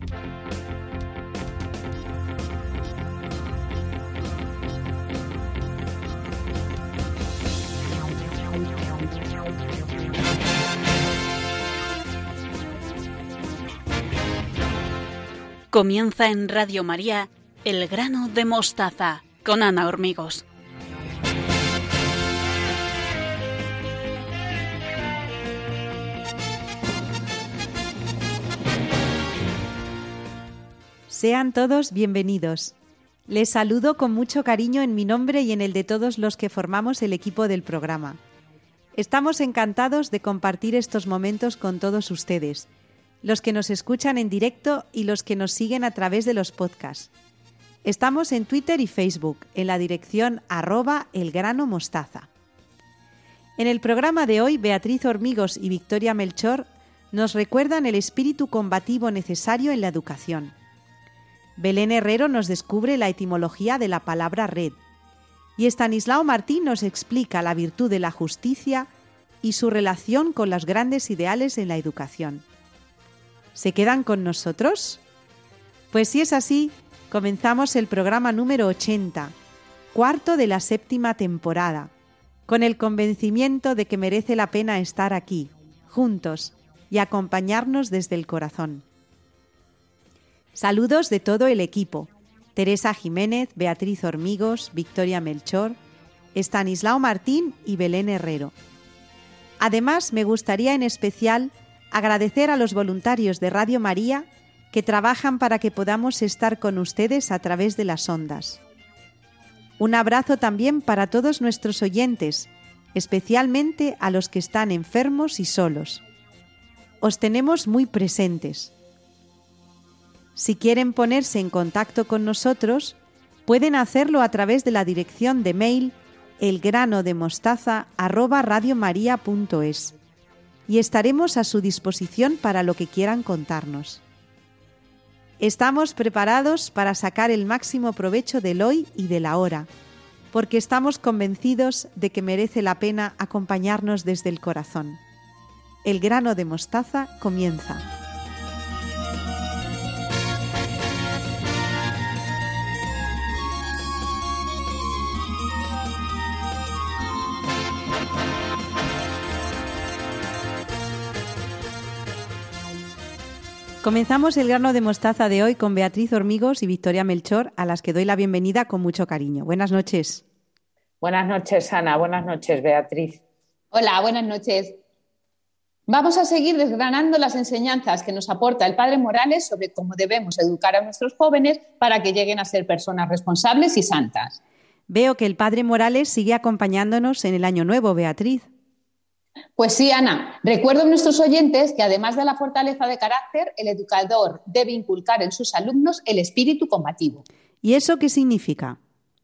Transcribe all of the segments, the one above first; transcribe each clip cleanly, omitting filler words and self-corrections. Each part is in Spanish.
Comienza en Radio María El grano de mostaza con Ana Hormigos. Sean todos bienvenidos. Les saludo con mucho cariño en mi nombre y en el de todos los que formamos el equipo del programa. Estamos encantados de compartir estos momentos con todos ustedes, los que nos escuchan en directo y los que nos siguen a través de los podcasts. Estamos en Twitter y Facebook, en la dirección @elgranomostaza. En el programa de hoy, Beatriz Hormigos y Victoria Melchor nos recuerdan el espíritu combativo necesario en la educación. Belén Herrero nos descubre la etimología de la palabra red. Y Estanislao Martín nos explica la virtud de la justicia y su relación con los grandes ideales en la educación. ¿Se quedan con nosotros? Pues si es así, comenzamos el programa número 80, cuarto de la 7ª temporada, con el convencimiento de que merece la pena estar aquí, juntos, y acompañarnos desde el corazón. Saludos de todo el equipo: Teresa Jiménez, Beatriz Hormigos, Victoria Melchor, Estanislao Martín y Belén Herrero. Además, me gustaría en especial agradecer a los voluntarios de Radio María que trabajan para que podamos estar con ustedes a través de las ondas. Un abrazo también para todos nuestros oyentes, especialmente a los que están enfermos y solos. Os tenemos muy presentes. Si quieren ponerse en contacto con nosotros, pueden hacerlo a través de la dirección de mail elgranodemostaza@radiomaria.es y estaremos a su disposición para lo que quieran contarnos. Estamos preparados para sacar el máximo provecho del hoy y del ahora, porque estamos convencidos de que merece la pena acompañarnos desde el corazón. El grano de mostaza comienza. Comenzamos el grano de mostaza de hoy con Beatriz Hormigos y Victoria Melchor, a las que doy la bienvenida con mucho cariño. Buenas noches. Buenas noches, Ana. Buenas noches, Beatriz. Hola, buenas noches. Vamos a seguir desgranando las enseñanzas que nos aporta el Padre Morales sobre cómo debemos educar a nuestros jóvenes para que lleguen a ser personas responsables y santas. Veo que el Padre Morales sigue acompañándonos en el Año Nuevo, Beatriz. Pues sí, Ana. Recuerdo a nuestros oyentes que además de la fortaleza de carácter, el educador debe inculcar en sus alumnos el espíritu combativo. ¿Y eso qué significa?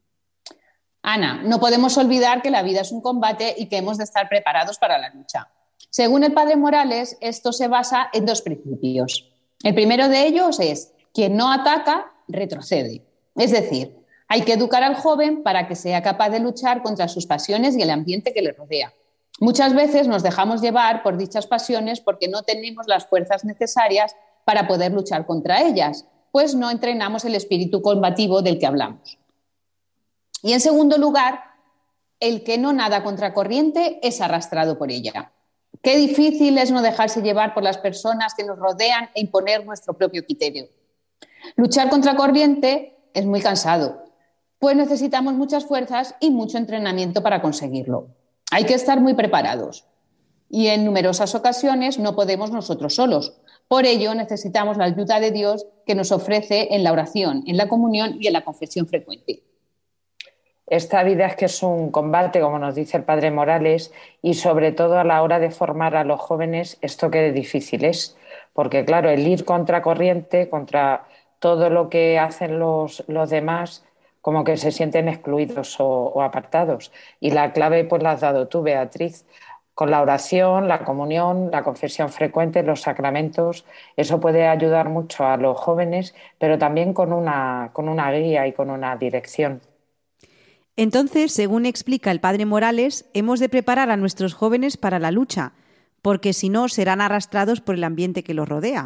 Ana, no podemos olvidar que la vida es un combate y que hemos de estar preparados para la lucha. Según el Padre Morales, esto se basa en 2 principios. El primero de ellos es: quien no ataca, retrocede. Es decir, hay que educar al joven para que sea capaz de luchar contra sus pasiones y el ambiente que le rodea. Muchas veces nos dejamos llevar por dichas pasiones porque no tenemos las fuerzas necesarias para poder luchar contra ellas, pues no entrenamos el espíritu combativo del que hablamos. Y en segundo lugar, el que no nada contracorriente es arrastrado por ella. Qué difícil es no dejarse llevar por las personas que nos rodean e imponer nuestro propio criterio. Luchar contra corriente es muy cansado, pues necesitamos muchas fuerzas y mucho entrenamiento para conseguirlo. Hay que estar muy preparados y en numerosas ocasiones no podemos nosotros solos. Por ello necesitamos la ayuda de Dios que nos ofrece en la oración, en la comunión y en la confesión frecuente. Esta vida es que es un combate, como nos dice el Padre Morales, y sobre todo a la hora de formar a los jóvenes esto que difícil es, porque claro, el ir contra corriente, contra todo lo que hacen los demás, como que se sienten excluidos o apartados. Y la clave pues la has dado tú, Beatriz, con la oración, la comunión, la confesión frecuente, los sacramentos. Eso puede ayudar mucho a los jóvenes, pero también con una guía y con una dirección. Entonces, según explica el Padre Morales, hemos de preparar a nuestros jóvenes para la lucha, porque si no serán arrastrados por el ambiente que los rodea.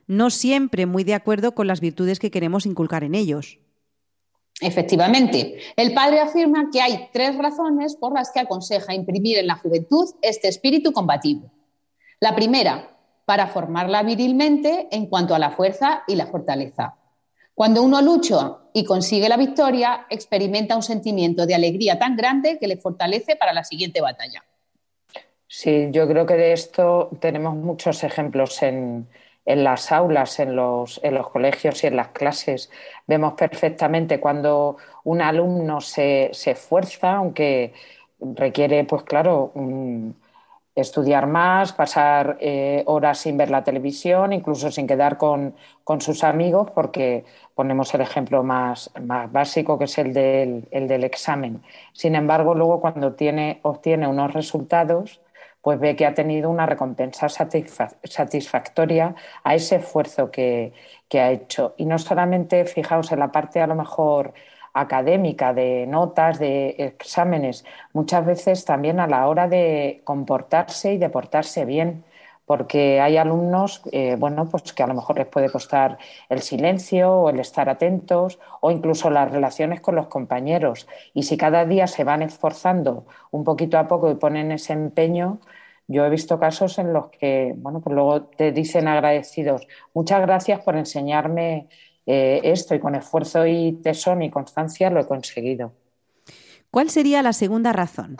no siempre muy de acuerdo con las virtudes que queremos inculcar en ellos. Efectivamente, el padre afirma que hay 3 razones por las que aconseja imprimir en la juventud este espíritu combativo. La primera, para formarla virilmente en cuanto a la fuerza y la fortaleza. Cuando uno lucha y consigue la victoria, experimenta un sentimiento de alegría tan grande que le fortalece para la siguiente batalla. Sí, yo creo que de esto tenemos muchos ejemplos en las aulas, en los colegios y en las clases. Vemos perfectamente cuando un alumno se esfuerza, aunque requiere, pues claro, estudiar más, pasar horas sin ver la televisión, incluso sin quedar con sus amigos, porque ponemos el ejemplo más básico, que es el del examen. Sin embargo, luego cuando obtiene unos resultados, pues ve que ha tenido una recompensa satisfactoria a ese esfuerzo que ha hecho. Y no solamente, fijaos, en la parte a lo mejor académica, de notas, de exámenes, muchas veces también a la hora de comportarse y de portarse bien, porque hay alumnos, bueno, pues que a lo mejor les puede costar el silencio o el estar atentos o incluso las relaciones con los compañeros. Y si cada día se van esforzando un poquito a poco y ponen ese empeño, yo he visto casos en los que, bueno, pues luego te dicen agradecidos, muchas gracias por enseñarme esto, y con esfuerzo y tesón y constancia lo he conseguido. ¿Cuál sería la segunda razón?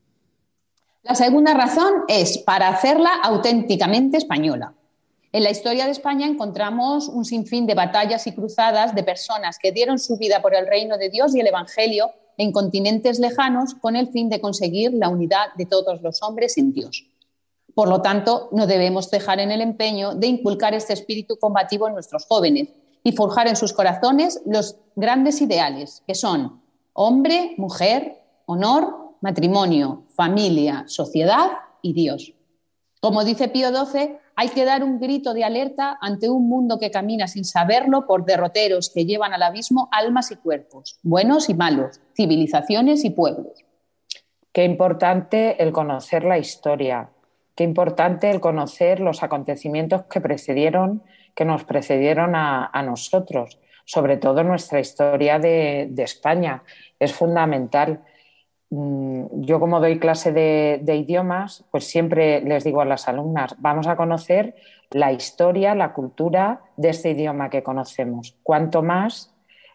La segunda razón es para hacerla auténticamente española. En la historia de España encontramos un sinfín de batallas y cruzadas de personas que dieron su vida por el reino de Dios y el Evangelio en continentes lejanos con el fin de conseguir la unidad de todos los hombres en Dios. Por lo tanto, no debemos dejar en el empeño de inculcar este espíritu combativo en nuestros jóvenes y forjar en sus corazones los grandes ideales, que son hombre, mujer, honor, matrimonio, familia, sociedad y Dios. Como dice Pío XII, hay que dar un grito de alerta ante un mundo que camina sin saberlo por derroteros que llevan al abismo almas y cuerpos, buenos y malos, civilizaciones y pueblos. Qué importante el conocer la historia, qué importante el conocer los acontecimientos que nos precedieron a nosotros, sobre todo nuestra historia de España. Es fundamental. Yo, como doy clase de idiomas, pues siempre les digo a las alumnas, vamos a conocer la historia, la cultura de este idioma que conocemos, cuanto más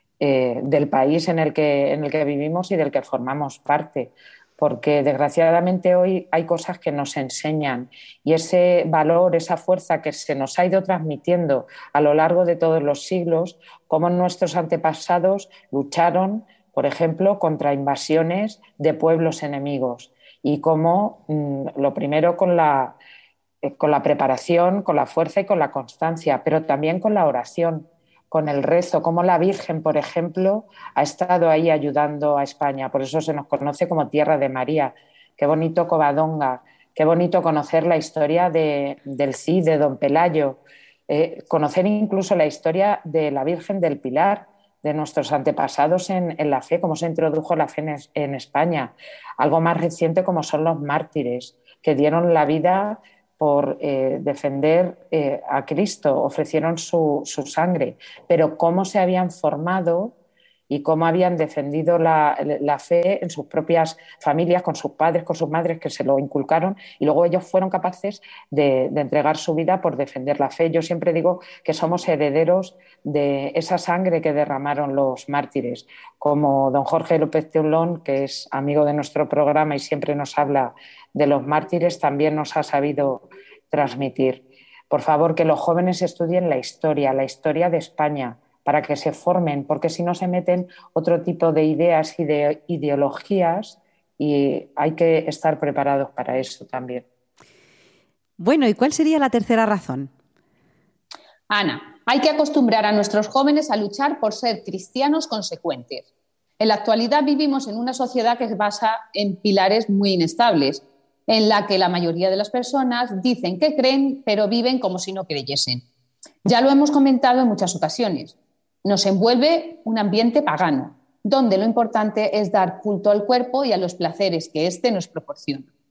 del país en el que vivimos y del que formamos parte, porque desgraciadamente hoy hay cosas que nos enseñan, y ese valor, esa fuerza que se nos ha ido transmitiendo a lo largo de todos los siglos, cómo nuestros antepasados lucharon, por ejemplo, contra invasiones de pueblos enemigos, y cómo lo primero con la preparación, con la fuerza y con la constancia, pero también con la oración, con el rezo, cómo la Virgen, por ejemplo, ha estado ahí ayudando a España. Por eso se nos conoce como Tierra de María. Qué bonito Covadonga, qué bonito conocer la historia del Cid, de Don Pelayo, conocer incluso la historia de la Virgen del Pilar, de nuestros antepasados en la fe, cómo se introdujo la fe en España. Algo más reciente como son los mártires, que dieron la vida por defender a Cristo, ofrecieron su sangre, pero cómo se habían formado y cómo habían defendido la fe en sus propias familias, con sus padres, con sus madres, que se lo inculcaron, y luego ellos fueron capaces de entregar su vida por defender la fe. Yo siempre digo que somos herederos de esa sangre que derramaron los mártires, como don Jorge López Teulón, que es amigo de nuestro programa y siempre nos habla de los mártires, también nos ha sabido transmitir. Por favor, que los jóvenes estudien la historia de España, para que se formen, porque si no se meten otro tipo de ideas y de ideologías, y hay que estar preparados para eso también. Bueno, ¿y cuál sería la tercera razón? Ana, hay que acostumbrar a nuestros jóvenes a luchar por ser cristianos consecuentes. En la actualidad vivimos en una sociedad que se basa en pilares muy inestables, en la que la mayoría de las personas dicen que creen, pero viven como si no creyesen. Ya lo hemos comentado en muchas ocasiones. Nos envuelve un ambiente pagano, donde lo importante es dar culto al cuerpo y a los placeres que éste nos proporciona.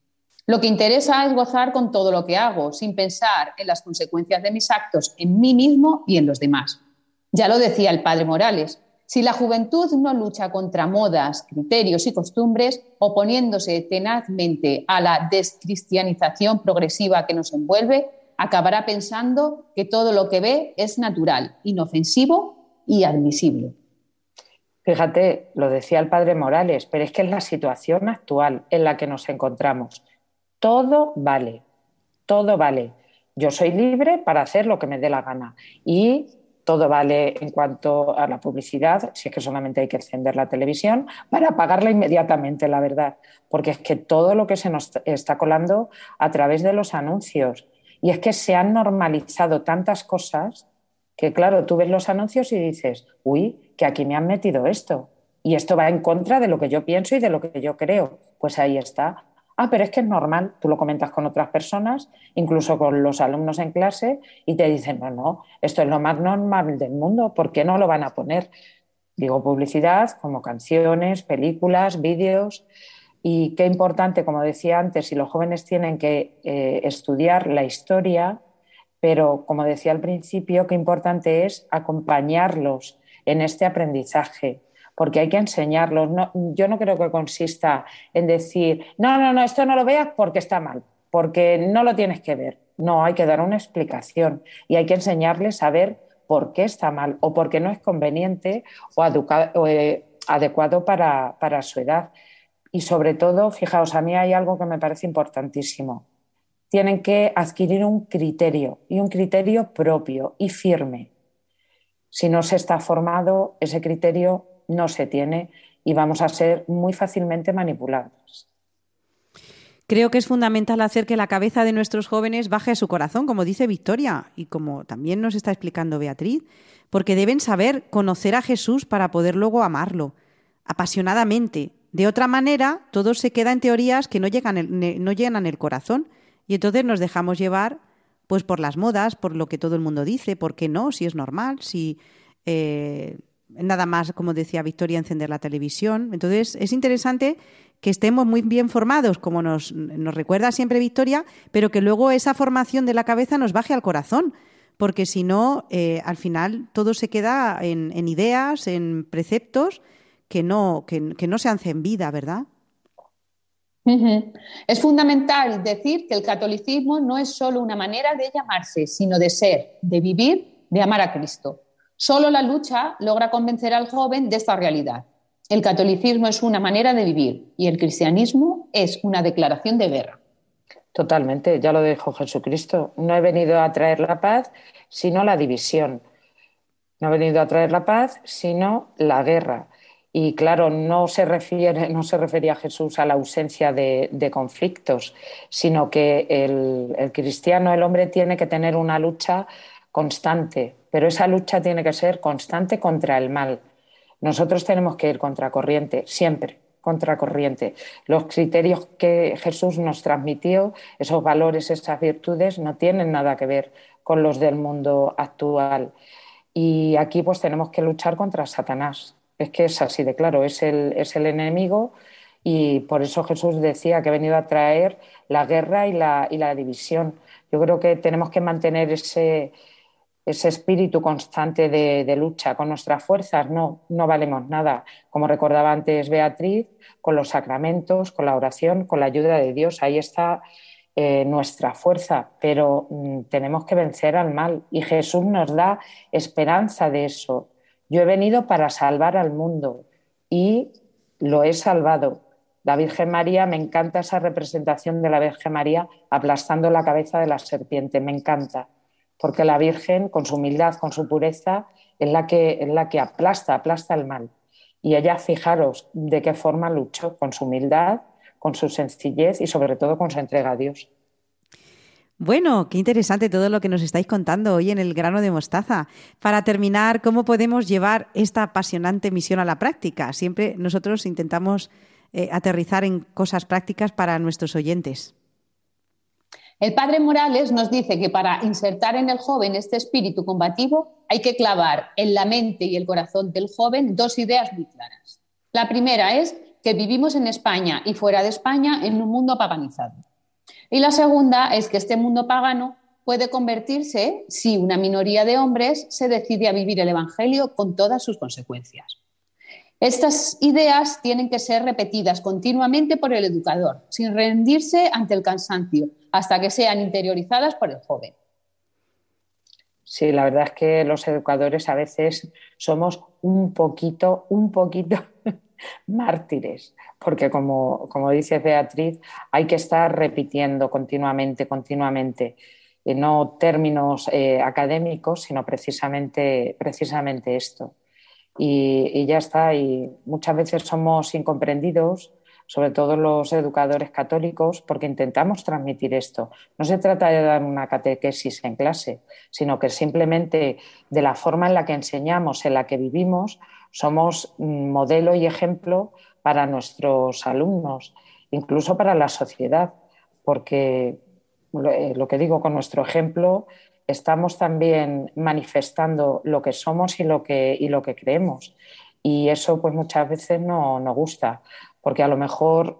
Lo que interesa es gozar con todo lo que hago, sin pensar en las consecuencias de mis actos en mí mismo y en los demás. Ya lo decía el padre Morales, si la juventud no lucha contra modas, criterios y costumbres, oponiéndose tenazmente a la descristianización progresiva que nos envuelve, acabará pensando que todo lo que ve es natural, inofensivo y admisible. Fíjate, lo decía el padre Morales, pero es que es la situación actual en la que nos encontramos. Todo vale, todo vale. Yo soy libre para hacer lo que me dé la gana y todo vale en cuanto a la publicidad, si es que solamente hay que encender la televisión para apagarla inmediatamente, la verdad, porque es que todo lo que se nos está colando a través de los anuncios y es que se han normalizado tantas cosas que, claro, tú ves los anuncios y dices, uy, que aquí me han metido esto y esto va en contra de lo que yo pienso y de lo que yo creo. Pues ahí está. Ah, pero es que es normal, tú lo comentas con otras personas, incluso con los alumnos en clase, y te dicen, no, no, esto es lo más normal del mundo, ¿por qué no lo van a poner? Digo, publicidad como canciones, películas, vídeos, y qué importante, como decía antes, si los jóvenes tienen que estudiar la historia, pero como decía al principio, qué importante es acompañarlos en este aprendizaje, porque hay que enseñarlos. No, yo no creo que consista en decir, no, no, no, esto no lo veas porque está mal, porque no lo tienes que ver. No, hay que dar una explicación y hay que enseñarles a ver por qué está mal o por qué no es conveniente adecuado para su edad. Y sobre todo, fijaos, a mí hay algo que me parece importantísimo. Tienen que adquirir un criterio y un criterio propio y firme. Si no se está formado, ese criterio no se tiene y vamos a ser muy fácilmente manipulados. Creo que es fundamental hacer que la cabeza de nuestros jóvenes baje a su corazón, como dice Victoria y como también nos está explicando Beatriz, porque deben saber conocer a Jesús para poder luego amarlo apasionadamente. De otra manera, todo se queda en teorías que no llenan el corazón y entonces nos dejamos llevar pues por las modas, por lo que todo el mundo dice, por qué no, si es normal, si nada más, como decía Victoria, encender la televisión. Entonces es interesante que estemos muy bien formados, como nos recuerda siempre Victoria, pero que luego esa formación de la cabeza nos baje al corazón, porque si no, al final todo se queda en ideas, en preceptos que no se hacen vida, ¿verdad? Es fundamental decir que el catolicismo no es solo una manera de llamarse, sino de ser, de vivir, de amar a Cristo. Solo la lucha logra convencer al joven de esta realidad. El catolicismo es una manera de vivir y el cristianismo es una declaración de guerra. Totalmente, ya lo dijo Jesucristo. No he venido a traer la paz, sino la división. No he venido a traer la paz, sino la guerra. Y claro, no se refería Jesús a la ausencia de conflictos, sino que el cristiano, el hombre, tiene que tener una lucha constante, pero esa lucha tiene que ser constante contra el mal. Nosotros tenemos que ir contracorriente, siempre contracorriente. Los criterios que Jesús nos transmitió, esos valores, esas virtudes, no tienen nada que ver con los del mundo actual. Y aquí pues tenemos que luchar contra Satanás. Es que es así de claro, es el enemigo y por eso Jesús decía que ha venido a traer la guerra y la división. Yo creo que tenemos que mantener ese espíritu constante de lucha. Con nuestras fuerzas no valemos nada. Como recordaba antes Beatriz, con los sacramentos, con la oración, con la ayuda de Dios, ahí está nuestra fuerza, pero tenemos que vencer al mal y Jesús nos da esperanza de eso. Yo he venido para salvar al mundo y lo he salvado. La Virgen María, me encanta esa representación de la Virgen María aplastando la cabeza de la serpiente, me encanta, porque la Virgen, con su humildad, con su pureza, es la que aplasta el mal. Y ella, fijaros de qué forma luchó, con su humildad, con su sencillez y sobre todo con su entrega a Dios. Bueno, qué interesante todo lo que nos estáis contando hoy en El Grano de Mostaza. Para terminar, ¿cómo podemos llevar esta apasionante misión a la práctica? Siempre nosotros intentamos aterrizar en cosas prácticas para nuestros oyentes. El padre Morales nos dice que para insertar en el joven este espíritu combativo hay que clavar en la mente y el corazón del joven dos ideas muy claras. La primera es que vivimos en España y fuera de España en un mundo paganizado. Y la segunda es que este mundo pagano puede convertirse si una minoría de hombres se decide a vivir el Evangelio con todas sus consecuencias. Estas ideas tienen que ser repetidas continuamente por el educador, sin rendirse ante el cansancio, hasta que sean interiorizadas por el joven. Sí, la verdad es que los educadores a veces somos un poquito mártires, porque como dice Beatriz, hay que estar repitiendo continuamente, no términos académicos, sino precisamente esto. Y ya está, y muchas veces somos incomprendidos, sobre todo los educadores católicos, porque intentamos transmitir esto. No se trata de dar una catequesis en clase, sino que simplemente de la forma en la que enseñamos, en la que vivimos, somos modelo y ejemplo para nuestros alumnos, incluso para la sociedad, porque lo que digo, con nuestro ejemplo estamos también manifestando lo que somos y lo que creemos. Y eso pues muchas veces no gusta, porque a lo mejor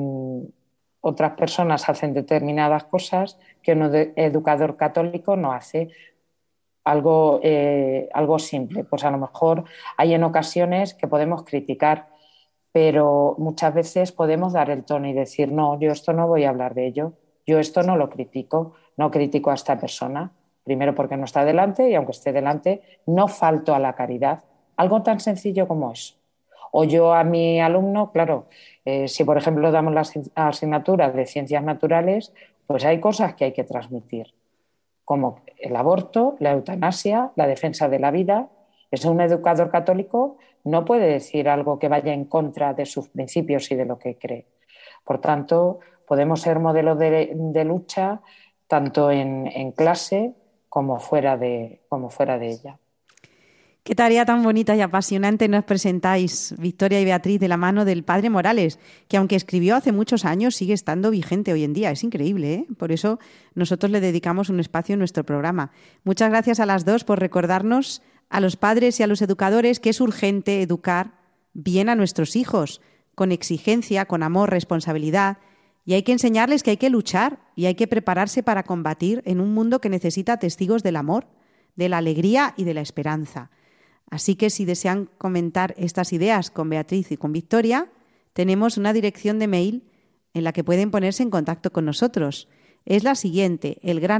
otras personas hacen determinadas cosas que un educador católico no hace. Algo simple, pues a lo mejor hay en ocasiones que podemos criticar, pero muchas veces podemos dar el tono y decir, no, yo esto no voy a hablar de ello, yo esto no lo critico, no critico a esta persona, primero porque no está delante y aunque esté delante no falto a la caridad, algo tan sencillo como eso. O yo a mi alumno, claro, si por ejemplo damos las asignaturas de ciencias naturales, pues hay cosas que hay que transmitir, como el aborto, la eutanasia, la defensa de la vida. Es un educador católico no puede decir algo que vaya en contra de sus principios y de lo que cree. Por tanto, podemos ser modelos de lucha tanto en clase como fuera de ella. Qué tarea tan bonita y apasionante nos presentáis, Victoria y Beatriz, de la mano del padre Morales, que aunque escribió hace muchos años, sigue estando vigente hoy en día. Es increíble, ¿eh? Por eso nosotros le dedicamos un espacio en nuestro programa. Muchas gracias a las dos por recordarnos a los padres y a los educadores que es urgente educar bien a nuestros hijos, con exigencia, con amor, responsabilidad, y hay que enseñarles que hay que luchar y hay que prepararse para combatir en un mundo que necesita testigos del amor, de la alegría y de la esperanza. Así que si desean comentar estas ideas con Beatriz y con Victoria, tenemos una dirección de mail en la que pueden ponerse en contacto con nosotros. Es la siguiente,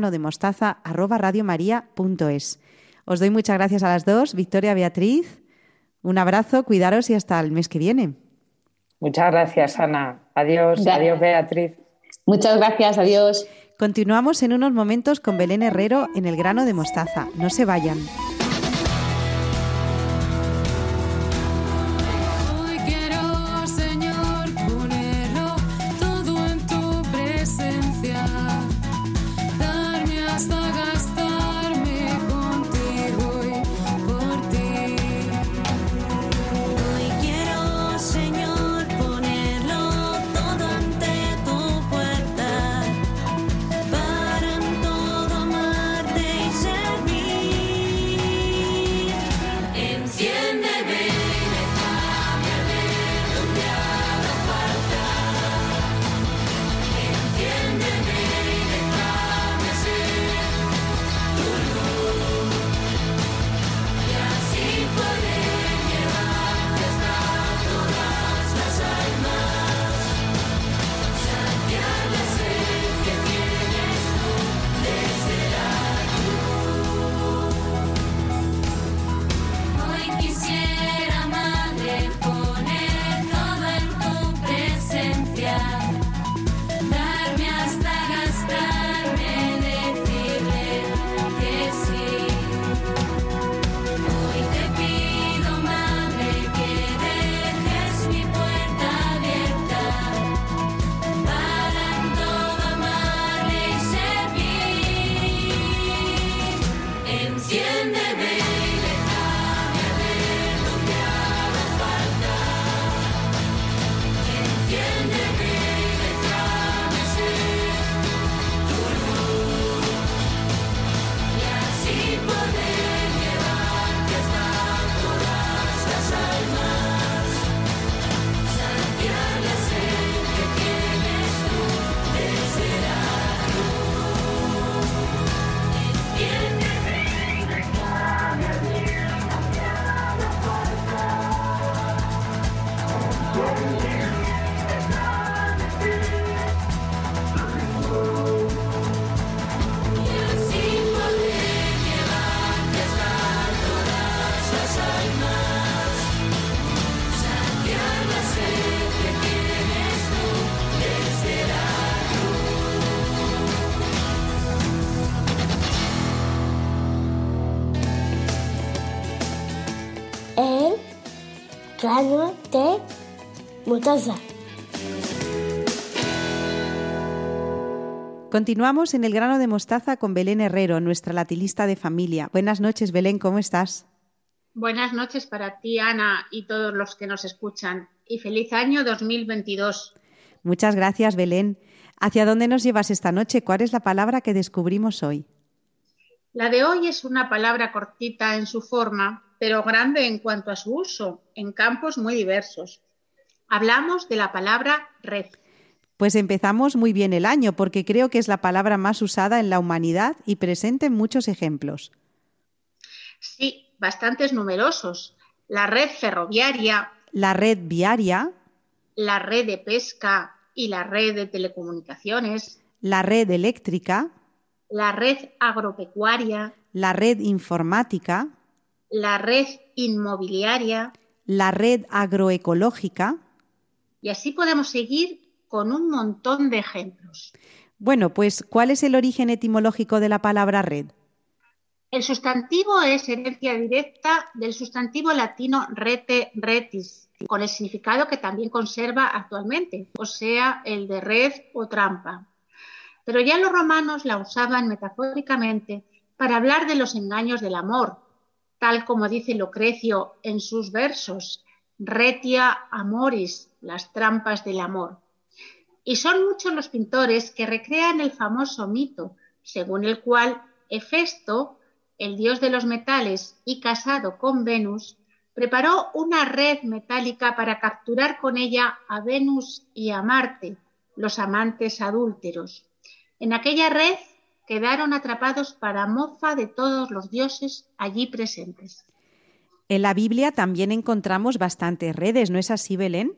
elgranodemostaza@radiomaria.es. Os doy muchas gracias a las dos, Victoria, Beatriz. Un abrazo, cuidaros y hasta el mes que viene. Muchas gracias, Ana. Adiós, adiós, Beatriz. Muchas gracias, adiós. Continuamos en unos momentos con Belén Herrero en El Grano de Mostaza. No se vayan. Para en todo amarte y servir. grano de mostaza. Continuamos en El grano de mostaza con Belén Herrero, nuestra latilista de familia. Buenas noches, Belén, ¿cómo estás? Buenas noches para ti, Ana, y todos los que nos escuchan. Y feliz año 2022. Muchas gracias, Belén. ¿Hacia dónde nos llevas esta noche? ¿Cuál es la palabra que descubrimos hoy? La de hoy es una palabra cortita en su forma, pero grande en cuanto a su uso, en campos muy diversos. Hablamos de la palabra red. Pues empezamos muy bien el año, porque creo que es la palabra más usada en la humanidad y presente en muchos ejemplos. Sí, bastantes numerosos. La red ferroviaria, la red viaria, la red de pesca y la red de telecomunicaciones, la red eléctrica, la red agropecuaria, la red informática, la red inmobiliaria, la red agroecológica. Y así podemos seguir con un montón de ejemplos. Bueno, pues, ¿cuál es el origen etimológico de la palabra red? El sustantivo es herencia directa del sustantivo latino rete, retis, con el significado que también conserva actualmente, o sea, el de red o trampa. Pero ya los romanos la usaban metafóricamente para hablar de los engaños del amor, tal como dice Lucrecio en sus versos, retia amoris, las trampas del amor. Y son muchos los pintores que recrean el famoso mito, según el cual Hefesto, el dios de los metales y casado con Venus, preparó una red metálica para capturar con ella a Venus y a Marte, los amantes adúlteros. En aquella red quedaron atrapados para mofa de todos los dioses allí presentes. En la Biblia también encontramos bastantes redes, ¿no es así, Belén?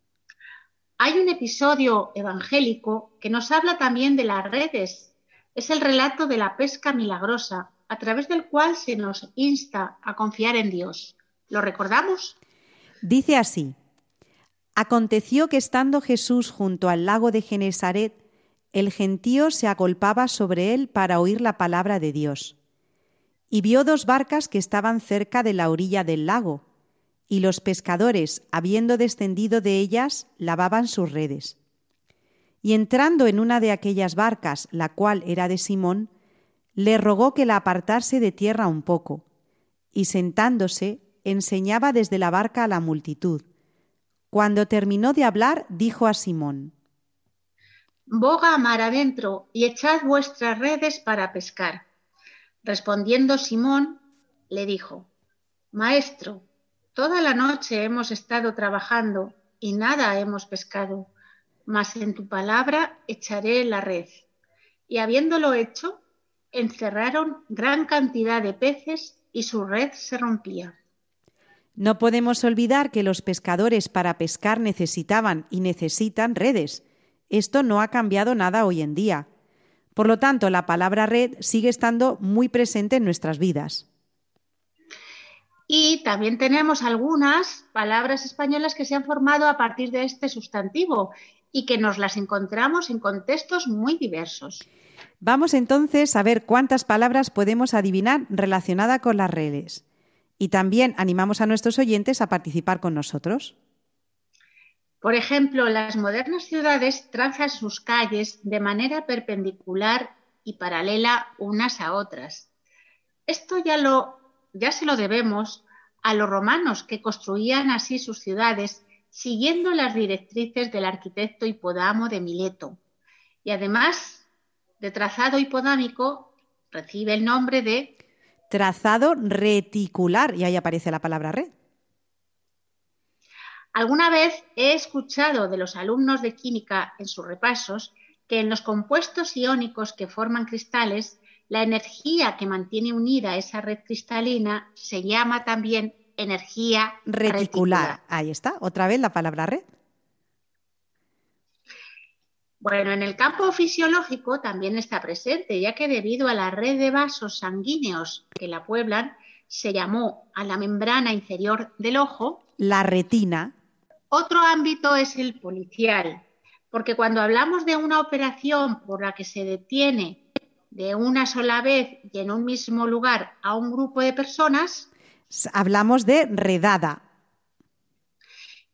Hay un episodio evangélico que nos habla también de las redes. Es el relato de la pesca milagrosa, a través del cual se nos insta a confiar en Dios. ¿Lo recordamos? Dice así: Aconteció que estando Jesús junto al lago de Genesaret, el gentío se agolpaba sobre él para oír la palabra de Dios. Y vio 2 barcas que estaban cerca de la orilla del lago, y los pescadores, habiendo descendido de ellas, lavaban sus redes. Y entrando en una de aquellas barcas, la cual era de Simón, le rogó que la apartase de tierra un poco, y sentándose, enseñaba desde la barca a la multitud. Cuando terminó de hablar, dijo a Simón: Boga a mar adentro y echad vuestras redes para pescar. Respondiendo Simón, le dijo: Maestro, toda la noche hemos estado trabajando y nada hemos pescado, mas en tu palabra echaré la red. Y habiéndolo hecho, encerraron gran cantidad de peces y su red se rompía. No podemos olvidar que los pescadores para pescar necesitaban y necesitan redes. Esto no ha cambiado nada hoy en día. Por lo tanto, la palabra red sigue estando muy presente en nuestras vidas. Y también tenemos algunas palabras españolas que se han formado a partir de este sustantivo y que nos las encontramos en contextos muy diversos. Vamos entonces a ver cuántas palabras podemos adivinar relacionadas con las redes. Y también animamos a nuestros oyentes a participar con nosotros. Por ejemplo, las modernas ciudades trazan sus calles de manera perpendicular y paralela unas a otras. Esto ya se lo debemos a los romanos, que construían así sus ciudades siguiendo las directrices del arquitecto Hipodamo de Mileto. Y además de trazado hipodámico, recibe el nombre de trazado reticular, y ahí aparece la palabra red. Alguna vez he escuchado de los alumnos de química en sus repasos que en los compuestos iónicos que forman cristales, la energía que mantiene unida esa red cristalina se llama también energía reticular. Ahí está, otra vez la palabra red. Bueno, en el campo fisiológico también está presente, ya que debido a la red de vasos sanguíneos que la pueblan, se llamó a la membrana inferior del ojo la retina. Otro ámbito es el policial, porque cuando hablamos de una operación por la que se detiene de una sola vez y en un mismo lugar a un grupo de personas, hablamos de redada.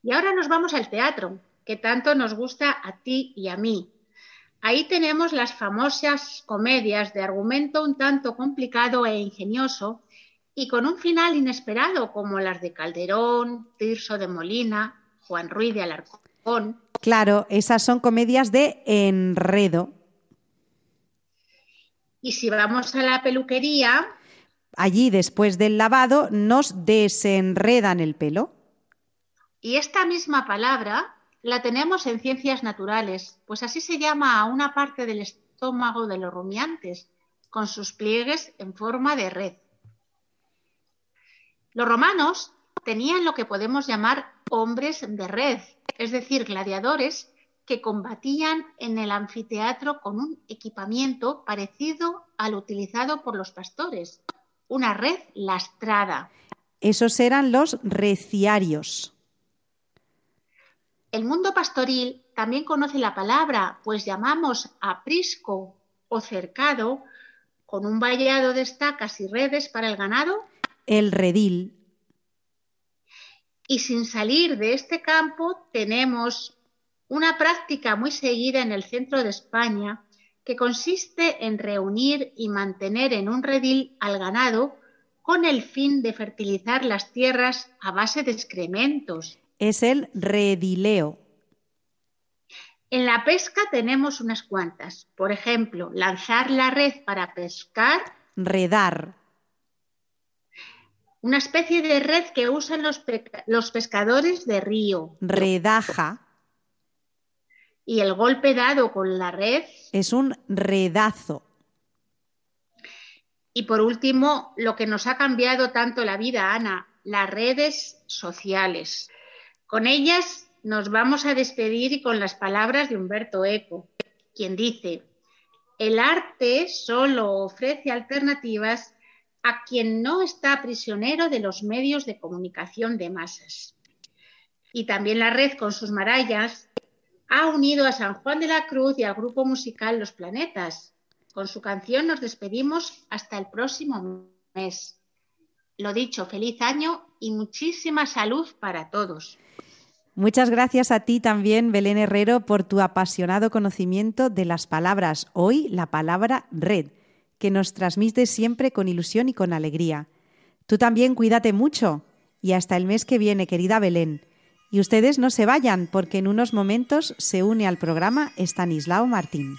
Y ahora nos vamos al teatro, que tanto nos gusta a ti y a mí. Ahí tenemos las famosas comedias de argumento un tanto complicado e ingenioso y con un final inesperado, como las de Calderón, Tirso de Molina, Juan Ruiz de Alarcón. Claro, esas son comedias de enredo. Y si vamos a la peluquería... Allí, después del lavado, nos desenredan el pelo. Y esta misma palabra la tenemos en ciencias naturales, pues así se llama a una parte del estómago de los rumiantes, con sus pliegues en forma de red. Los romanos tenían lo que podemos llamar hombres de red, es decir, gladiadores que combatían en el anfiteatro con un equipamiento parecido al utilizado por los pastores, una red lastrada. Esos eran los reciarios. El mundo pastoril también conoce la palabra, pues llamamos aprisco o cercado, con un vallado de estacas y redes para el ganado, el redil. Y sin salir de este campo tenemos una práctica muy seguida en el centro de España que consiste en reunir y mantener en un redil al ganado con el fin de fertilizar las tierras a base de excrementos. Es el redileo. En la pesca tenemos unas cuantas. Por ejemplo, lanzar la red para pescar. Redar. Una especie de red que usan los pescadores de río. Redaja. Y el golpe dado con la red es un redazo. Y por último, lo que nos ha cambiado tanto la vida, Ana, las redes sociales. Con ellas nos vamos a despedir y con las palabras de Umberto Eco, quien dice: el arte solo ofrece alternativas a quien no está prisionero de los medios de comunicación de masas. Y también la red con sus maravillas ha unido a San Juan de la Cruz y al grupo musical Los Planetas. Con su canción nos despedimos hasta el próximo mes. Lo dicho, feliz año y muchísima salud para todos. Muchas gracias a ti también, Belén Herrero, por tu apasionado conocimiento de las palabras. Hoy la palabra red, que nos transmites siempre con ilusión y con alegría. Tú también cuídate mucho y hasta el mes que viene, querida Belén. Y ustedes no se vayan, porque en unos momentos se une al programa Estanislao Martín.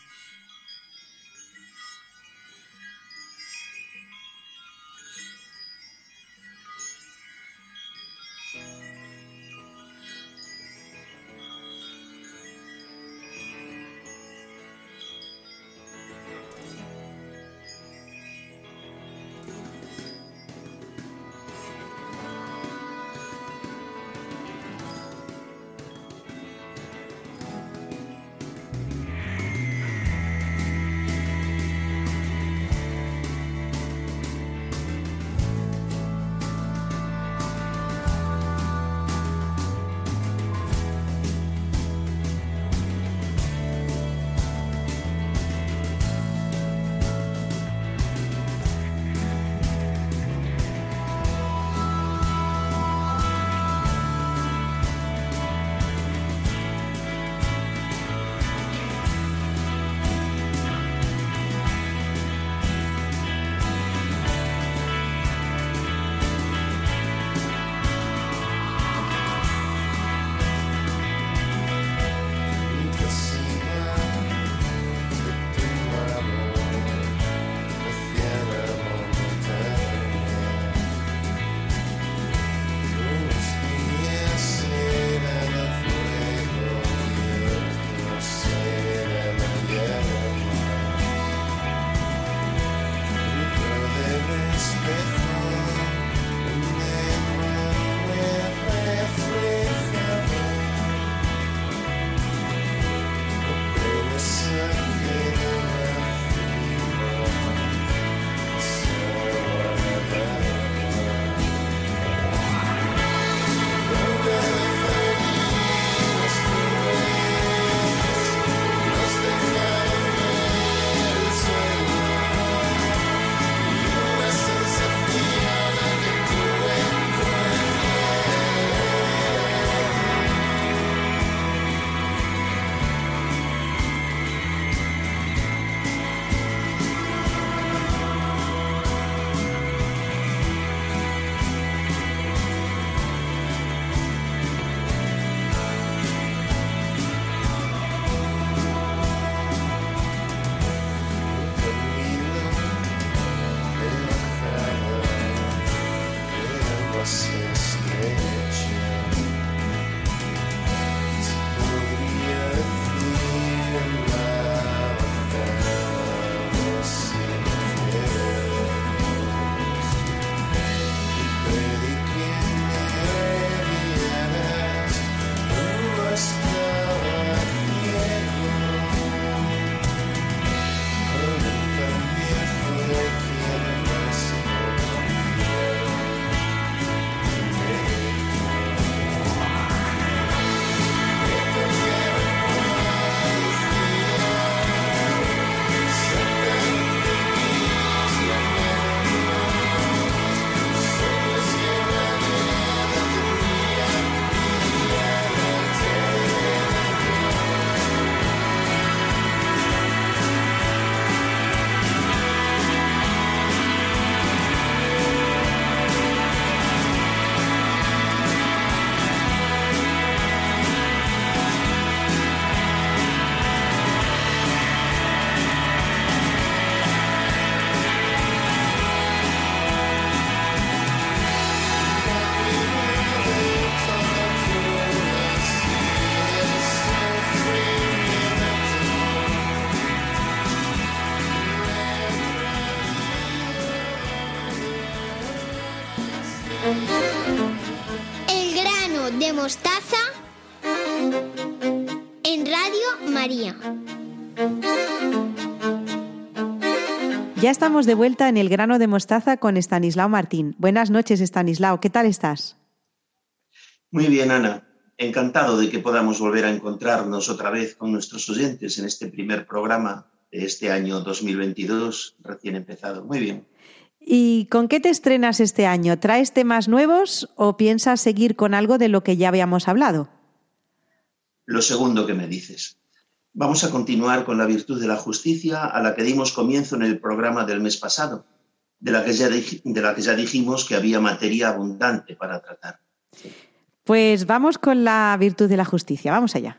El grano de mostaza en Radio María. Ya estamos de vuelta en El grano de mostaza con Estanislao Martín. Buenas noches, Estanislao. ¿Qué tal estás? Muy bien, Ana. Encantado de que podamos volver a encontrarnos otra vez con nuestros oyentes en este primer programa de este año 2022, recién empezado. Muy bien. ¿Y con qué te estrenas este año? ¿Traes temas nuevos o piensas seguir con algo de lo que ya habíamos hablado? Lo segundo que me dices. Vamos a continuar con la virtud de la justicia a la que dimos comienzo en el programa del mes pasado, de la que ya dijimos que había materia abundante para tratar. Sí. Pues vamos con la virtud de la justicia. Vamos allá.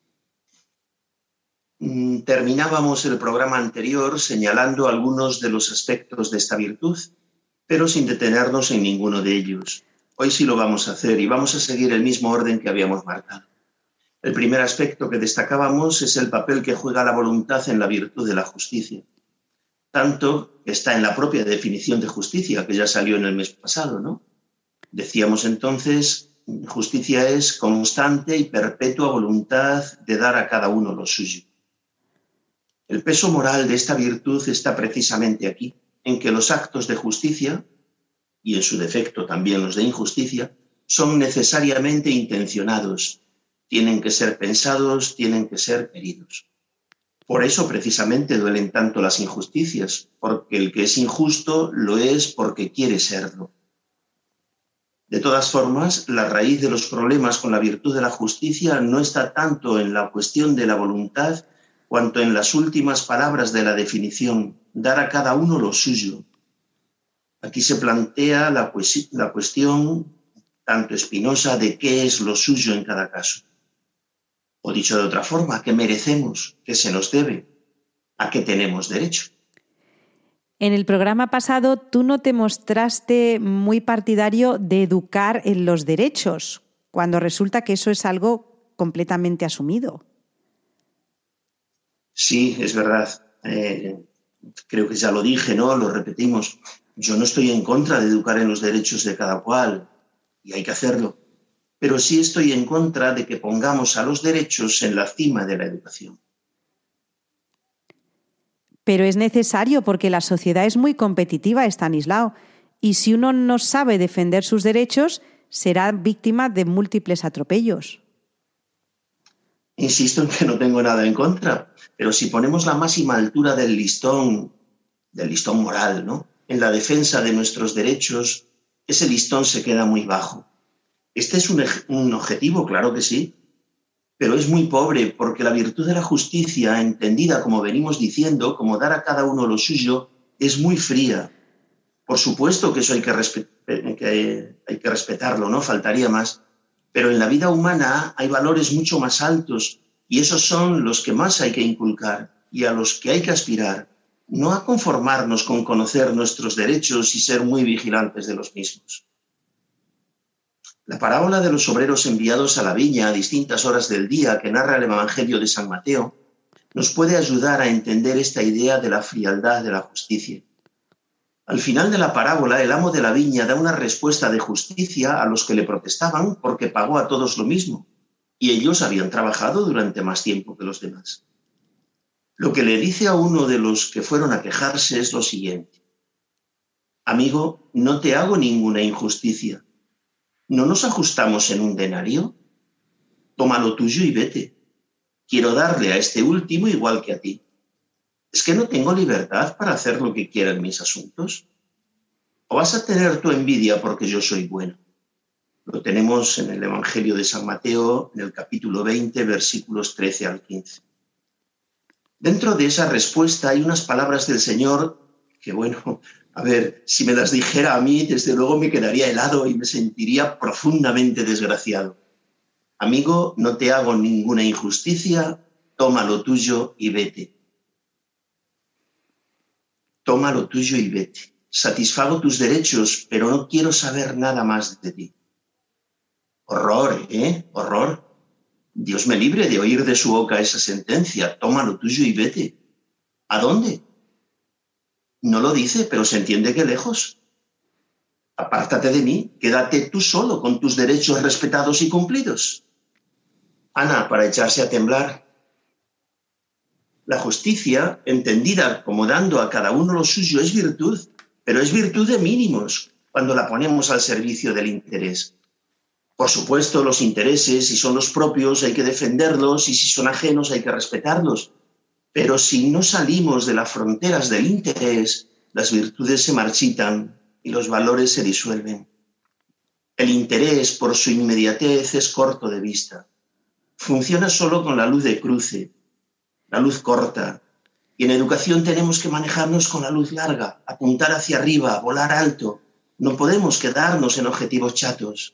Terminábamos el programa anterior señalando algunos de los aspectos de esta virtud, pero sin detenernos en ninguno de ellos. Hoy sí lo vamos a hacer y vamos a seguir el mismo orden que habíamos marcado. El primer aspecto que destacábamos es el papel que juega la voluntad en la virtud de la justicia. Tanto que está en la propia definición de justicia, que ya salió en el mes pasado, ¿no? Decíamos entonces, justicia es constante y perpetua voluntad de dar a cada uno lo suyo. El peso moral de esta virtud está precisamente aquí, en que los actos de justicia, y en su defecto también los de injusticia, son necesariamente intencionados, tienen que ser pensados, tienen que ser queridos. Por eso precisamente duelen tanto las injusticias, porque el que es injusto lo es porque quiere serlo. De todas formas, la raíz de los problemas con la virtud de la justicia no está tanto en la cuestión de la voluntad, cuanto en las últimas palabras de la definición, dar a cada uno lo suyo. Aquí se plantea la cuestión, tanto espinosa, de qué es lo suyo en cada caso. O dicho de otra forma, ¿qué merecemos? ¿Qué se nos debe? ¿A qué tenemos derecho? En el programa pasado tú no te mostraste muy partidario de educar en los derechos, cuando resulta que eso es algo completamente asumido. Sí, es verdad. Creo que ya lo dije, ¿no? Lo repetimos. Yo no estoy en contra de educar en los derechos de cada cual, y hay que hacerlo. Pero sí estoy en contra de que pongamos a los derechos en la cima de la educación. Pero es necesario porque la sociedad es muy competitiva, Estanislao, y si uno no sabe defender sus derechos, será víctima de múltiples atropellos. Insisto en que no tengo nada en contra, pero si ponemos la máxima altura del listón moral, ¿no?, en la defensa de nuestros derechos, ese listón se queda muy bajo. Este es un objetivo, claro que sí, pero es muy pobre porque la virtud de la justicia, entendida como venimos diciendo, como dar a cada uno lo suyo, es muy fría. Por supuesto que eso hay que respetarlo, ¿no? Faltaría más. Pero en la vida humana hay valores mucho más altos y esos son los que más hay que inculcar y a los que hay que aspirar, no a conformarnos con conocer nuestros derechos y ser muy vigilantes de los mismos. La parábola de los obreros enviados a la viña a distintas horas del día que narra el Evangelio de San Mateo nos puede ayudar a entender esta idea de la frialdad de la justicia. Al final de la parábola, el amo de la viña da una respuesta de justicia a los que le protestaban porque pagó a todos lo mismo, y ellos habían trabajado durante más tiempo que los demás. Lo que le dice a uno de los que fueron a quejarse es lo siguiente: amigo, no te hago ninguna injusticia. ¿No nos ajustamos en un denario? Toma lo tuyo y vete. Quiero darle a este último igual que a ti. ¿Es que no tengo libertad para hacer lo que quiera en mis asuntos? ¿O vas a tener tu envidia porque yo soy bueno? Lo tenemos en el Evangelio de San Mateo, en el capítulo 20, versículos 13 al 15. Dentro de esa respuesta hay unas palabras del Señor que, bueno, a ver, si me las dijera a mí, desde luego me quedaría helado y me sentiría profundamente desgraciado. Amigo, no te hago ninguna injusticia, toma lo tuyo y vete. Toma lo tuyo y vete. Satisfago tus derechos, pero no quiero saber nada más de ti. Horror, Horror. Dios me libre de oír de su boca esa sentencia. Toma lo tuyo y vete. ¿A dónde? No lo dice, pero se entiende que lejos. Apártate de mí, quédate tú solo con tus derechos respetados y cumplidos. Ana, para echarse a temblar. La justicia, entendida como dando a cada uno lo suyo, es virtud, pero es virtud de mínimos cuando la ponemos al servicio del interés. Por supuesto, los intereses, si son los propios, hay que defenderlos, y si son ajenos, hay que respetarlos. Pero si no salimos de las fronteras del interés, las virtudes se marchitan y los valores se disuelven. El interés, por su inmediatez, es corto de vista. Funciona solo con la luz de cruce, la luz corta. Y en educación tenemos que manejarnos con la luz larga, apuntar hacia arriba, volar alto. No podemos quedarnos en objetivos chatos.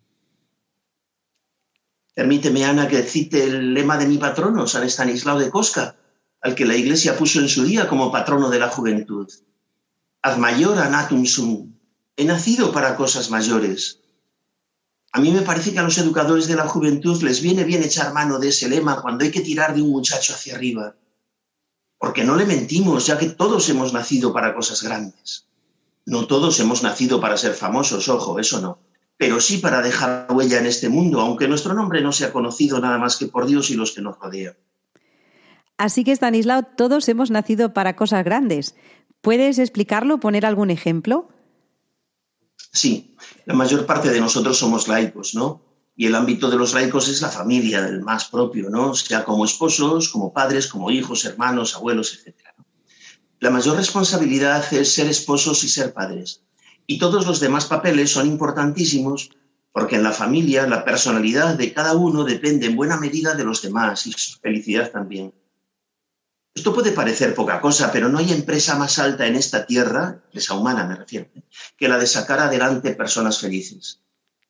Permíteme, Ana, que cite el lema de mi patrono, San Estanislao de Kostka, al que la Iglesia puso en su día como patrono de la juventud. Ad maiora natum sum. He nacido para cosas mayores. A mí me parece que a los educadores de la juventud les viene bien echar mano de ese lema cuando hay que tirar de un muchacho hacia arriba. Porque no le mentimos, ya que todos hemos nacido para cosas grandes. No todos hemos nacido para ser famosos, ojo, eso no. Pero sí para dejar huella en este mundo, aunque nuestro nombre no sea conocido nada más que por Dios y los que nos rodean. Así que, Estanislao, todos hemos nacido para cosas grandes. ¿Puedes explicarlo, poner algún ejemplo? Sí, la mayor parte de nosotros somos laicos, ¿no? Y el ámbito de los laicos es la familia, el más propio, ¿no? Sea como esposos, como padres, como hijos, hermanos, abuelos, etc. La mayor responsabilidad es ser esposos y ser padres. Y todos los demás papeles son importantísimos porque en la familia la personalidad de cada uno depende en buena medida de los demás y su felicidad también. Esto puede parecer poca cosa, pero no hay empresa más alta en esta tierra, empresa humana me refiero, que la de sacar adelante personas felices.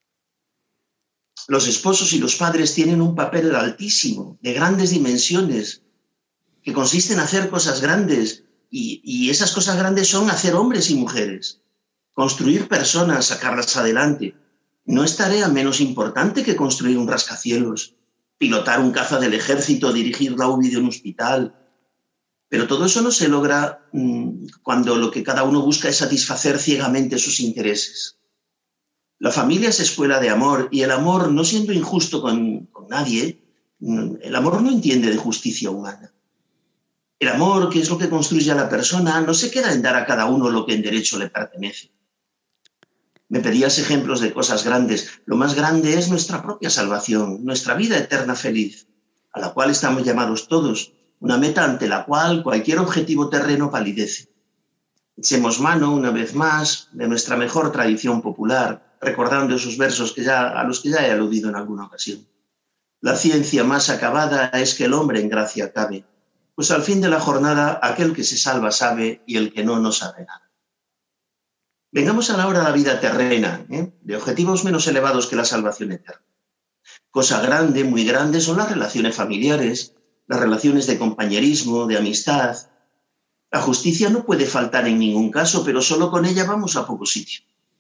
Los esposos y los padres tienen un papel altísimo, de grandes dimensiones, que consiste en hacer cosas grandes, y esas cosas grandes son hacer hombres y mujeres, construir personas, sacarlas adelante. No es tarea menos importante que construir un rascacielos, pilotar un caza del ejército, dirigir la UBI de un hospital. Pero todo eso no se logra cuando lo que cada uno busca es satisfacer ciegamente sus intereses. La familia es escuela de amor y el amor, no siendo injusto con nadie, el amor no entiende de justicia humana. El amor, que es lo que construye a la persona, no se queda en dar a cada uno lo que en derecho le pertenece. Me pedías ejemplos de cosas grandes. Lo más grande es nuestra propia salvación, nuestra vida eterna feliz, a la cual estamos llamados todos, una meta ante la cual cualquier objetivo terreno palidece. Echemos mano, una vez más, de nuestra mejor tradición popular, recordando esos versos a los que ya he aludido en alguna ocasión. La ciencia más acabada es que el hombre en gracia cabe, pues al fin de la jornada aquel que se salva sabe y el que no, no sabe nada. Vengamos ahora a la vida terrena, de objetivos menos elevados que la salvación eterna. Cosa grande, muy grande, son las relaciones familiares, las relaciones de compañerismo, de amistad. La justicia no puede faltar en ningún caso, pero solo con ella vamos a poco sitio.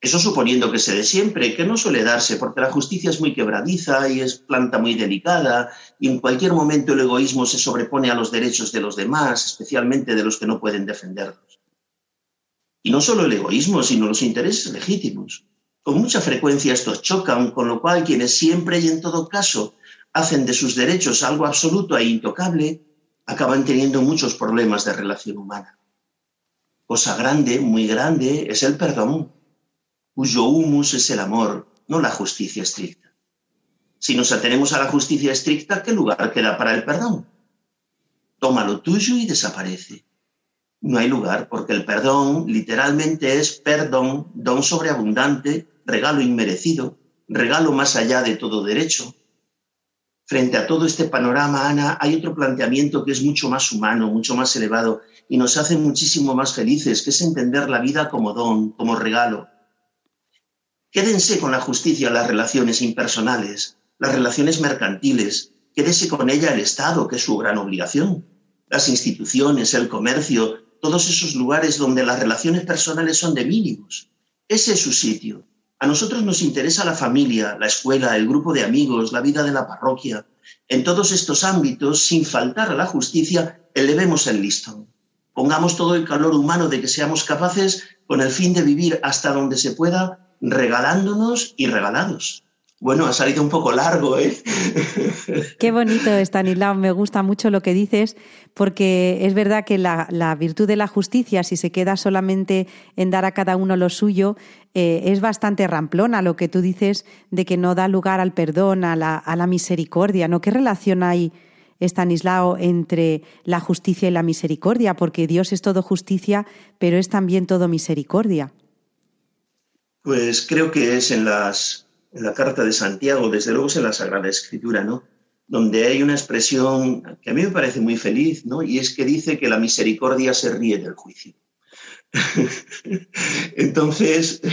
Eso suponiendo que se dé siempre, que no suele darse, porque la justicia es muy quebradiza y es planta muy delicada, y en cualquier momento el egoísmo se sobrepone a los derechos de los demás, especialmente de los que no pueden defenderlos. Y no solo el egoísmo, sino los intereses legítimos. Con mucha frecuencia estos chocan, con lo cual quienes siempre y en todo caso hacen de sus derechos algo absoluto e intocable, acaban teniendo muchos problemas de relación humana. Cosa grande, muy grande, es el perdón, cuyo humus es el amor, no la justicia estricta. Si nos atenemos a la justicia estricta, ¿qué lugar queda para el perdón? Toma lo tuyo y desaparece. No hay lugar, porque el perdón literalmente es perdón, don sobreabundante, regalo inmerecido, regalo más allá de todo derecho. Frente a todo este panorama, Ana, hay otro planteamiento que es mucho más humano, mucho más elevado y nos hace muchísimo más felices, que es entender la vida como don, como regalo. Quédense con la justicia las relaciones impersonales, las relaciones mercantiles, quédese con ella el Estado, que es su gran obligación, las instituciones, el comercio, todos esos lugares donde las relaciones personales son de mínimos. Ese es su sitio. A nosotros nos interesa la familia, la escuela, el grupo de amigos, la vida de la parroquia. En todos estos ámbitos, sin faltar a la justicia, elevemos el listón. Pongamos todo el calor humano de que seamos capaces con el fin de vivir hasta donde se pueda, regalándonos y regalados. Bueno, ha salido un poco largo, ¿eh? Qué bonito, Estanislao. Me gusta mucho lo que dices, porque es verdad que la virtud de la justicia, si se queda solamente en dar a cada uno lo suyo, es bastante ramplona lo que tú dices de que no da lugar al perdón, a la misericordia, ¿no? ¿Qué relación hay, Estanislao, entre la justicia y la misericordia? Porque Dios es todo justicia, pero es también todo misericordia. Pues creo que es en la Carta de Santiago, desde luego es en la Sagrada Escritura, ¿no? Donde hay una expresión que a mí me parece muy feliz, ¿no? Y es que dice que la misericordia se ríe del juicio. Entonces,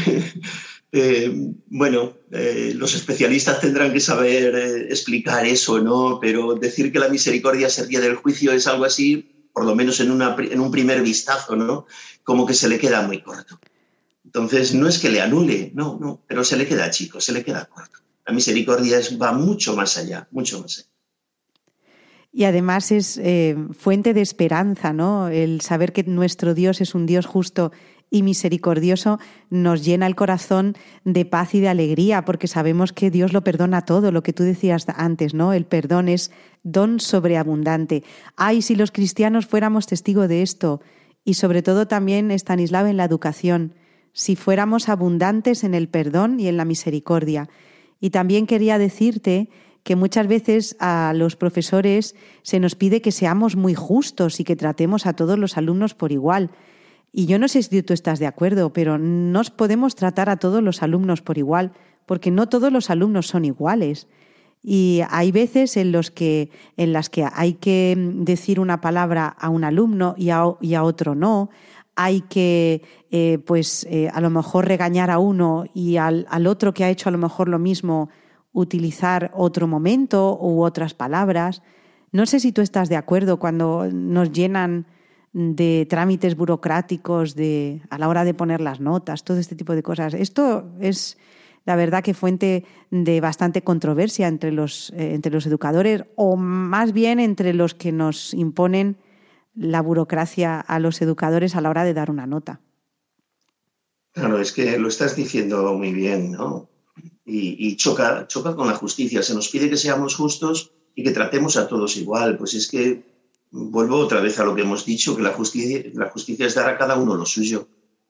los especialistas tendrán que saber explicar eso, ¿no? Pero decir que la misericordia se ríe del juicio es algo así, por lo menos en un primer vistazo, ¿no? Como que se le queda muy corto. Entonces, no es que le anule, no, pero se le queda chico, se le queda corto. La misericordia va mucho más allá, mucho más allá. Y además es fuente de esperanza, ¿no? El saber que nuestro Dios es un Dios justo y misericordioso nos llena el corazón de paz y de alegría, porque sabemos que Dios lo perdona todo, lo que tú decías antes, ¿no? El perdón es don sobreabundante. Ay, si los cristianos fuéramos testigos de esto, y sobre todo también, Estanislao, en la educación, si fuéramos abundantes en el perdón y en la misericordia. Y también quería decirte que muchas veces a los profesores se nos pide que seamos muy justos y que tratemos a todos los alumnos por igual. Y yo no sé si tú estás de acuerdo, pero no podemos tratar a todos los alumnos por igual, porque no todos los alumnos son iguales. Y hay veces en las que hay que decir una palabra a un alumno y a otro no. Hay que a lo mejor regañar a uno y al otro que ha hecho a lo mejor lo mismo utilizar otro momento u otras palabras. No sé si tú estás de acuerdo cuando nos llenan de trámites burocráticos a la hora de poner las notas, todo este tipo de cosas. Esto es, la verdad, que fuente de bastante controversia entre los educadores, o más bien entre los que nos imponen la burocracia a los educadores a la hora de dar una nota. Claro, es que lo estás diciendo muy bien, ¿no? Y choca con la justicia. Se nos pide que seamos justos y que tratemos a todos igual. Pues es que vuelvo otra vez a lo que hemos dicho, que la justicia es dar a cada uno lo suyo.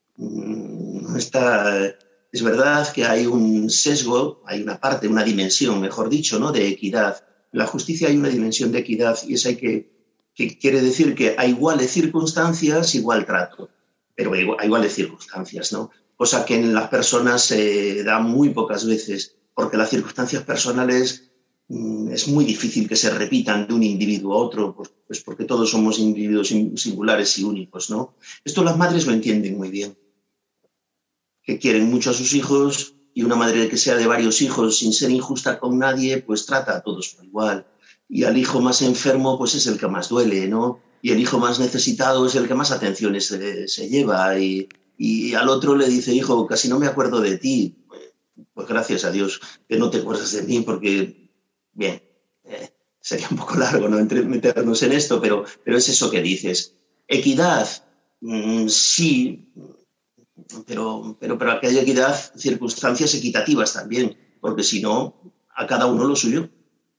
Es verdad que hay un sesgo, hay una dimensión, mejor dicho, ¿no? De equidad. En la justicia hay una dimensión de equidad y esa que quiere decir que a iguales circunstancias, igual trato, pero a iguales circunstancias, ¿no? Cosa que en las personas se da muy pocas veces, porque las circunstancias personales es muy difícil que se repitan de un individuo a otro, pues porque todos somos individuos singulares y únicos, ¿no? Esto las madres lo entienden muy bien, que quieren mucho a sus hijos, y una madre que sea de varios hijos sin ser injusta con nadie, pues trata a todos por igual. Y al hijo más enfermo, pues es el que más duele, ¿no? Y el hijo más necesitado es el que más atenciones se lleva. Y y al otro le dice, hijo, casi no me acuerdo de ti. Pues gracias a Dios que no te acuerdas de mí, porque, bien, sería un poco largo, ¿no?, meternos en esto, pero es eso que dices. Equidad, sí, pero que haya equidad, circunstancias equitativas también, porque si no, a cada uno lo suyo.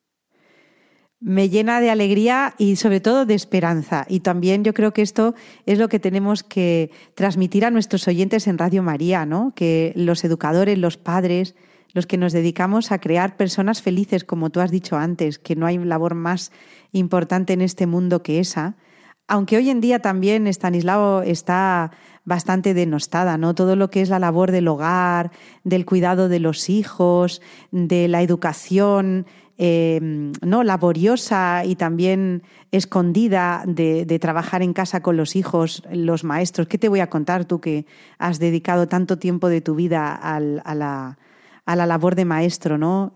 Me llena de alegría y sobre todo de esperanza. Y también yo creo que esto es lo que tenemos que transmitir a nuestros oyentes en Radio María, ¿no? Que los educadores, los padres, los que nos dedicamos a crear personas felices, como tú has dicho antes, que no hay labor más importante en este mundo que esa. Aunque hoy en día también, Estanislao, está bastante denostada, ¿no? Todo lo que es la labor del hogar, del cuidado de los hijos, de la educación, ¿no?, laboriosa y también escondida de trabajar en casa con los hijos, los maestros. ¿Qué te voy a contar tú, que has dedicado tanto tiempo de tu vida a la labor de maestro, ¿no?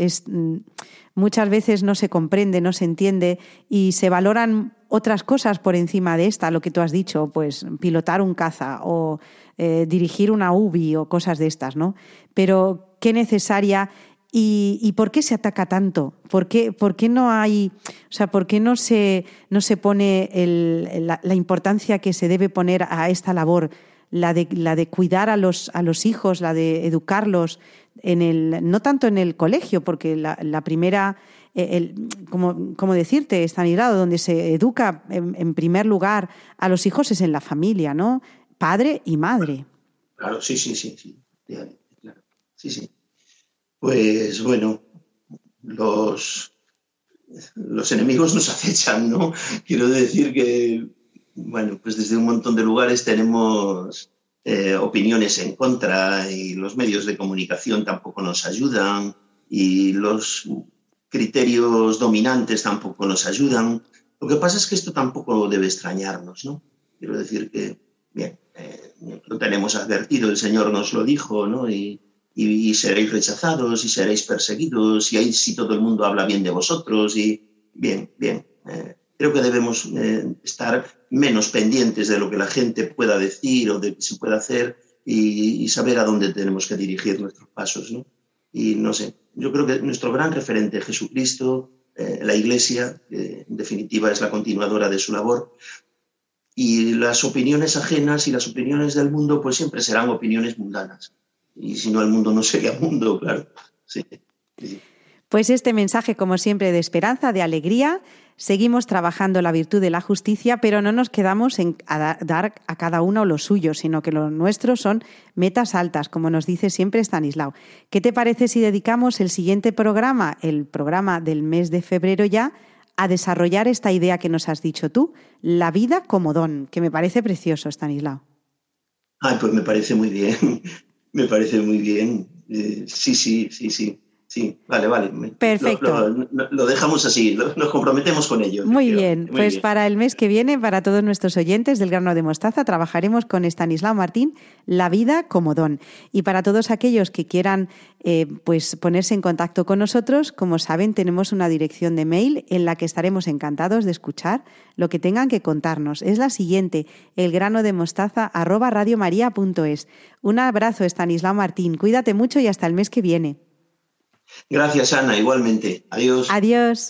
Muchas veces no se comprende, no se entiende y se valoran otras cosas por encima de esta, lo que tú has dicho, pues pilotar un caza o dirigir una UBI o cosas de estas, ¿no? Pero qué necesaria. ¿Y por qué se ataca tanto? ¿Por qué no hay, o sea, por qué no se pone la importancia que se debe poner a esta labor, la de cuidar a los hijos, la de educarlos no tanto en el colegio, porque la primera, como decirte, Estanislao, donde se educa en primer lugar a los hijos es en la familia, ¿no? Padre y madre. Claro, sí. Claro, sí. Pues bueno, los enemigos nos acechan, ¿no? Quiero decir que, bueno, pues desde un montón de lugares tenemos opiniones en contra y los medios de comunicación tampoco nos ayudan y los criterios dominantes tampoco nos ayudan. Lo que pasa es que esto tampoco debe extrañarnos, ¿no? Quiero decir que, bien, lo tenemos advertido, el Señor nos lo dijo, ¿no? Y seréis rechazados y seréis perseguidos y ahí sí todo el mundo habla bien de vosotros y bien. Creo que debemos estar menos pendientes de lo que la gente pueda decir o de que se pueda hacer y saber a dónde tenemos que dirigir nuestros pasos, ¿no? Y no sé, yo creo que nuestro gran referente es Jesucristo, la Iglesia, que en definitiva es la continuadora de su labor, y las opiniones ajenas y las opiniones del mundo pues siempre serán opiniones mundanas. Y si no, el mundo no sería mundo, claro. Sí. Pues este mensaje, como siempre, de esperanza, de alegría. Seguimos trabajando la virtud de la justicia, pero no nos quedamos en dar a cada uno lo suyo, sino que lo nuestro son metas altas, como nos dice siempre Estanislao. ¿Qué te parece si dedicamos el siguiente programa, el programa del mes de febrero ya, a desarrollar esta idea que nos has dicho tú, la vida como don, que me parece precioso, Estanislao? Ay, pues me parece muy bien. Me parece muy bien. Sí, vale. Perfecto. Lo dejamos así, nos comprometemos con ello. Muy bien, pues bien. Para el mes que viene, para todos nuestros oyentes del Grano de Mostaza, trabajaremos con Estanislao Martín, la vida como don. Y para todos aquellos que quieran pues ponerse en contacto con nosotros, como saben, tenemos una dirección de mail en la que estaremos encantados de escuchar lo que tengan que contarnos. Es la siguiente, elgranodemostaza@radiomaria.es. Un abrazo, Estanislao Martín. Cuídate mucho y hasta el mes que viene. Gracias, Ana, igualmente. Adiós. Adiós.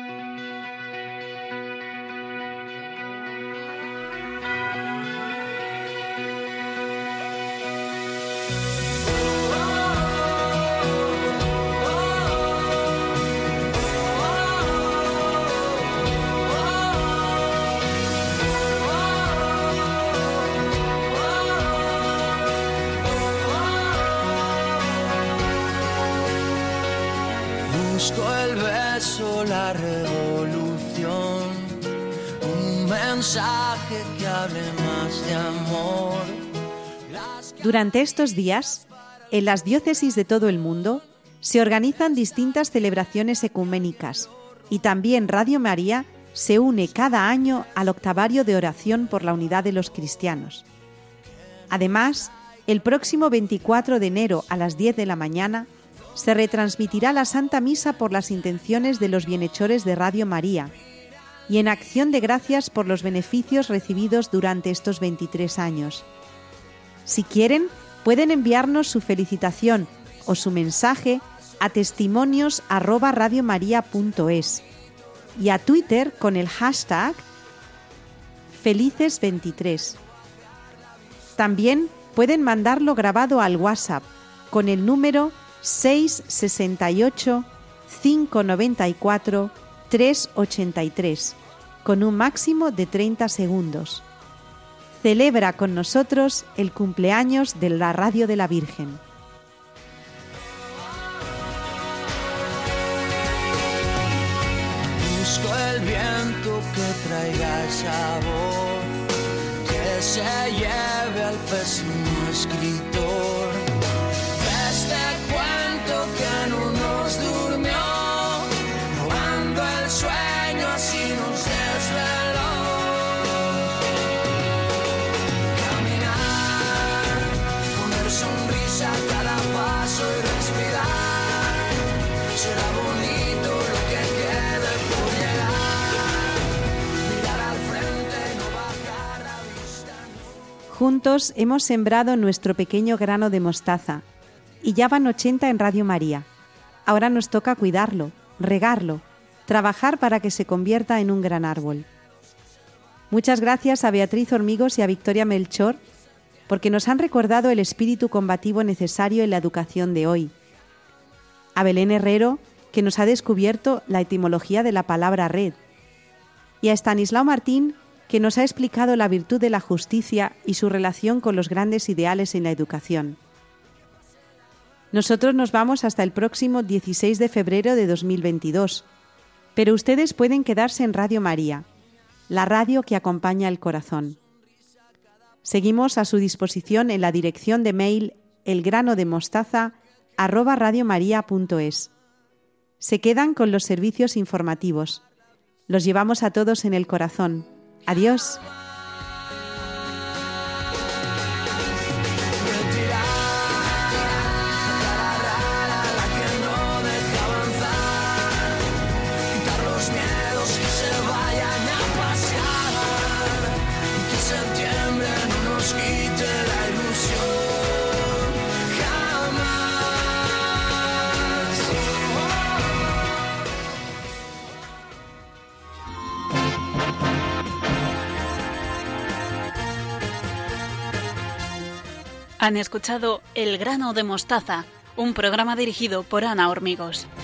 Busco el beso, la revolución, un mensaje que hable más de amor. Durante estos días, en las diócesis de todo el mundo, se organizan distintas celebraciones ecuménicas y también Radio María se une cada año al octavario de oración por la unidad de los cristianos. Además, el próximo 24 de enero a las 10 de la mañana se retransmitirá la Santa Misa por las intenciones de los bienhechores de Radio María y en acción de gracias por los beneficios recibidos durante estos 23 años. Si quieren, pueden enviarnos su felicitación o su mensaje a testimonios@radiomaria.es y a Twitter con el hashtag Felices23. También pueden mandarlo grabado al WhatsApp con el número 668 594 383, con un máximo de 30 segundos. Celebra con nosotros el cumpleaños de la Radio de la Virgen. Busco el viento que traiga esa voz, que se lleve al pésimo escritor de este cuento que no nos durmió, robando el sueño así nos desveló. Caminar, poner sonrisa a cada paso y respirar, será bonito lo que quede por llegar, mirar al frente y no bajar la vista. Juntos hemos sembrado nuestro pequeño grano de mostaza y ya van 80 en Radio María. Ahora nos toca cuidarlo, regarlo, trabajar para que se convierta en un gran árbol. Muchas gracias a Beatriz Hormigos y a Victoria Melchor porque nos han recordado el espíritu combativo necesario en la educación de hoy. A Belén Herrero, que nos ha descubierto la etimología de la palabra red. Y a Estanislao Martín, que nos ha explicado la virtud de la justicia y su relación con los grandes ideales en la educación. Nosotros nos vamos hasta el próximo 16 de febrero de 2022, pero ustedes pueden quedarse en Radio María, la radio que acompaña el corazón. Seguimos a su disposición en la dirección de mail elgranodemostaza@radiomaria.es. Se quedan con los servicios informativos. Los llevamos a todos en el corazón. Adiós. Han escuchado El grano de mostaza, un programa dirigido por Ana Hormigos.